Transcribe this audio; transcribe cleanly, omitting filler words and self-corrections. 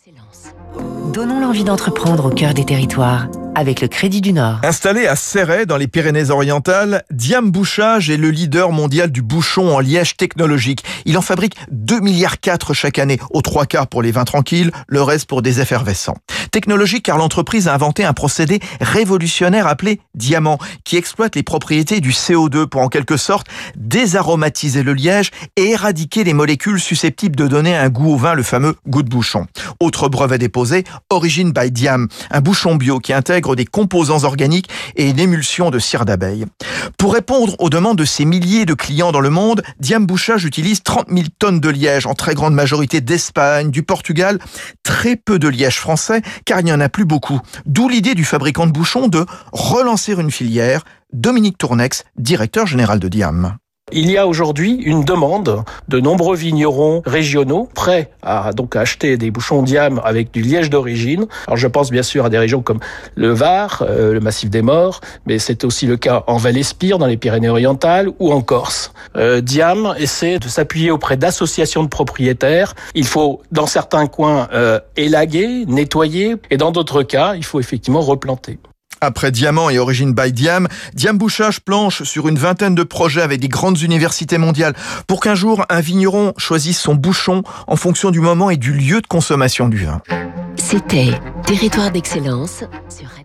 Donnons l'envie d'entreprendre au cœur des territoires avec le Crédit du Nord. Installé à Céret, dans les Pyrénées-Orientales, Diam Bouchage est le leader mondial du bouchon en liège technologique. Il en fabrique 2,4 milliards chaque année, aux 3/4 pour les vins tranquilles, le reste pour des effervescents. Technologique car l'entreprise a inventé un procédé révolutionnaire appelé diamant, qui exploite les propriétés du CO2 pour en quelque sorte désaromatiser le liège et éradiquer les molécules susceptibles de donner un goût au vin, le fameux goût de bouchon. Autre brevet déposé, Origin by Diam, un bouchon bio qui intègre des composants organiques et une émulsion de cire d'abeille. Pour répondre aux demandes de ces milliers de clients dans le monde, Diam Bouchage utilise 30 000 tonnes de liège, en très grande majorité d'Espagne, du Portugal, très peu de liège français, car il n'y en a plus beaucoup. D'où l'idée du fabricant de bouchons de relancer une filière. Dominique Tournex, directeur général de Diam. Il y a aujourd'hui une demande de nombreux vignerons régionaux prêts à acheter des bouchons Diam avec du liège d'origine. Alors je pense bien sûr à des régions comme le Var, le Massif des Maures, mais c'est aussi le cas en Val-Espire, dans les Pyrénées-Orientales ou en Corse. Diam essaie de s'appuyer auprès d'associations de propriétaires. Il faut dans certains coins élaguer, nettoyer, et dans d'autres cas, il faut effectivement replanter. Après Diamant et Origin by Diam, Diam Bouchage planche sur une vingtaine de projets avec des grandes universités mondiales pour qu'un jour, un vigneron choisisse son bouchon en fonction du moment et du lieu de consommation du vin. C'était Territoire d'excellence sur